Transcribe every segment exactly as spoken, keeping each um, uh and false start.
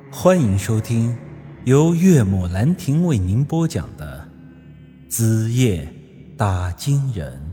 欢迎收听由岳母兰亭为您播讲的子夜打金人。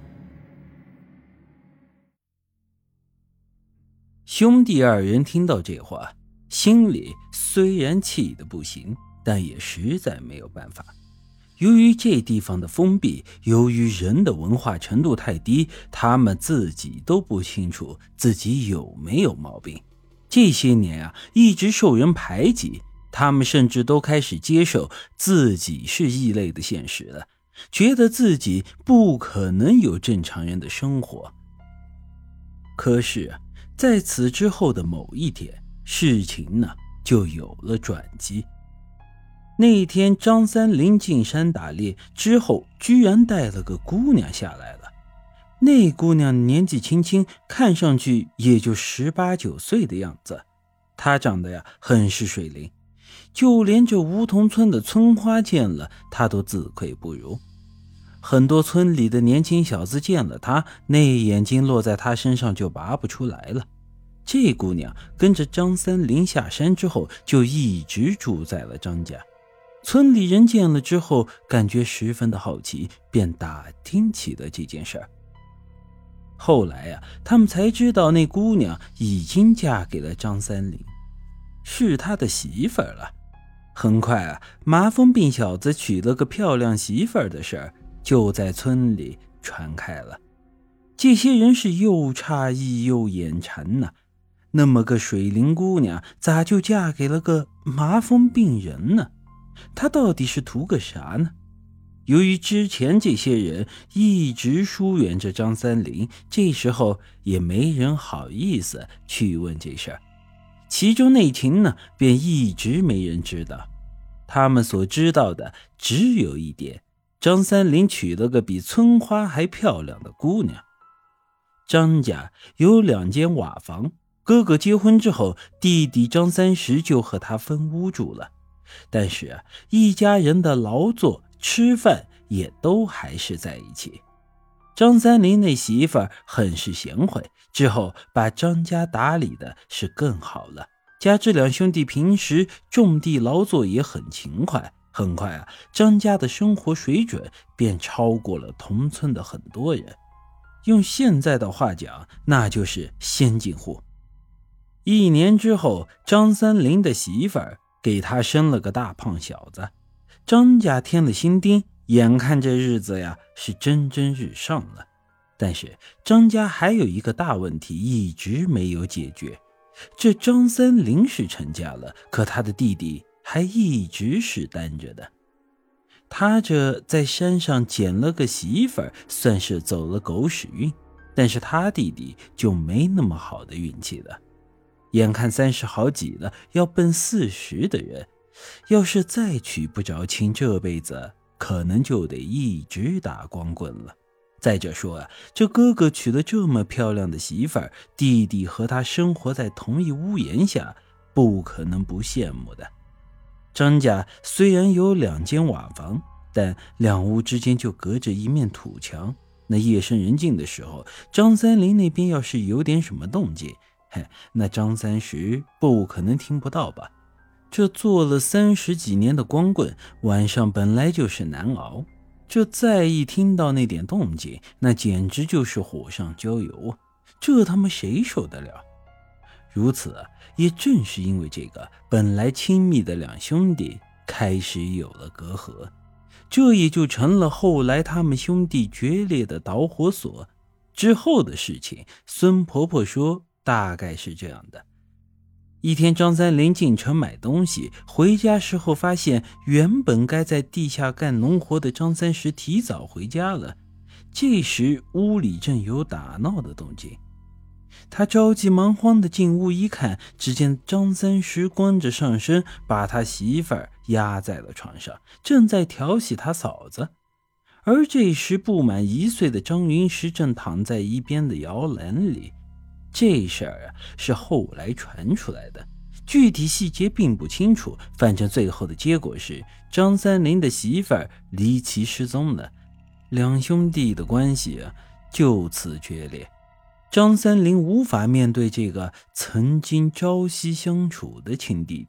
兄弟二人听到这话，心里虽然气得不行，但也实在没有办法。由于这地方的封闭，由于人的文化程度太低，他们自己都不清楚自己有没有毛病。这些年啊，一直受人排挤，他们甚至都开始接受自己是异类的现实了，觉得自己不可能有正常人的生活。可是在此之后的某一天，事情呢就有了转机。那天张三林进山打猎之后，居然带了个姑娘下来了。那姑娘年纪轻轻，看上去也就十八九岁的样子。她长得呀很是水灵，就连这梧桐村的村花见了她都自愧不如。很多村里的年轻小子见了她，那眼睛落在她身上就拔不出来了。这姑娘跟着张三林下山之后，就一直住在了张家。村里人见了之后，感觉十分的好奇，便打听起了这件事儿。后来啊，他们才知道那姑娘已经嫁给了张三林，是他的媳妇儿了。很快啊，麻风病小子娶了个漂亮媳妇儿的事儿就在村里传开了。这些人是又诧异又眼馋呐、啊，那么个水灵姑娘咋就嫁给了个麻风病人呢？她到底是图个啥呢？由于之前这些人一直疏远着张三林，这时候也没人好意思去问这事儿，其中内情呢便一直没人知道。他们所知道的只有一点，张三林娶了个比村花还漂亮的姑娘。张家有两间瓦房，哥哥结婚之后，弟弟张三十就和他分屋住了。但是啊，一家人的劳作吃饭也都还是在一起。张三林那媳妇儿很是贤惠，之后把张家打理的是更好了。加之两兄弟平时种地劳作也很勤快，很快啊，张家的生活水准便超过了同村的很多人。用现在的话讲，那就是先进户。一年之后，张三林的媳妇儿给他生了个大胖小子。张家添了新丁，眼看这日子呀是蒸蒸日上了。但是张家还有一个大问题一直没有解决，这张三林是成家了，可他的弟弟还一直是单着的。他这在山上捡了个媳妇儿，算是走了狗屎运，但是他弟弟就没那么好的运气了。眼看三十好几了，要奔四十的人，要是再娶不着亲，这辈子可能就得一直打光棍了。再者说啊，这哥哥娶了这么漂亮的媳妇儿，弟弟和他生活在同一屋檐下，不可能不羡慕的。张家虽然有两间瓦房，但两屋之间就隔着一面土墙。那夜深人静的时候，张三林那边要是有点什么动静，嘿，那张三十不可能听不到吧？这做了三十几年的光棍，晚上本来就是难熬，这再一听到那点动静，那简直就是火上浇油，这他妈谁受得了？如此，也正是因为这个，本来亲密的两兄弟开始有了隔阂，这也就成了后来他们兄弟决裂的导火索。之后的事情，孙婆婆说大概是这样的。一天，张三林进城买东西，回家时候发现原本该在地下干农活的张三十提早回家了。这时屋里正有打闹的动静，他着急忙慌地进屋一看，只见张三十光着上身，把他媳妇儿压在了床上，正在调戏他嫂子。而这时不满一岁的张云石正躺在一边的摇篮里。这事儿啊是后来传出来的，具体细节并不清楚，反正最后的结果是张三林的媳妇儿离奇失踪了，两兄弟的关系啊就此决裂。张三林无法面对这个曾经朝夕相处的亲弟弟，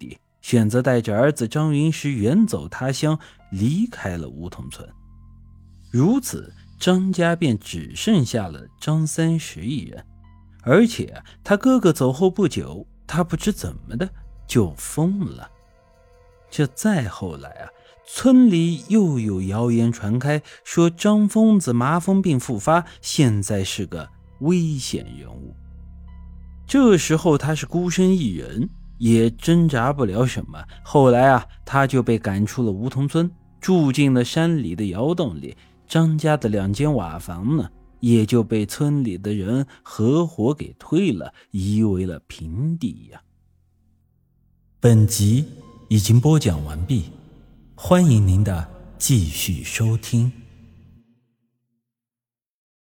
选择带着儿子张云石远走他乡，离开了梧桐村。如此，张家便只剩下了张三十一人。而且啊，他哥哥走后不久，他不知怎么的就疯了。这再后来啊，村里又有谣言传开，说张疯子麻风病复发，现在是个危险人物。这时候他是孤身一人，也挣扎不了什么。后来啊，他就被赶出了梧桐村，住进了山里的窑洞里。张家的两间瓦房呢，也就被村里的人合伙给推了，夷为了平地呀。本集已经播讲完毕，欢迎您的继续收听。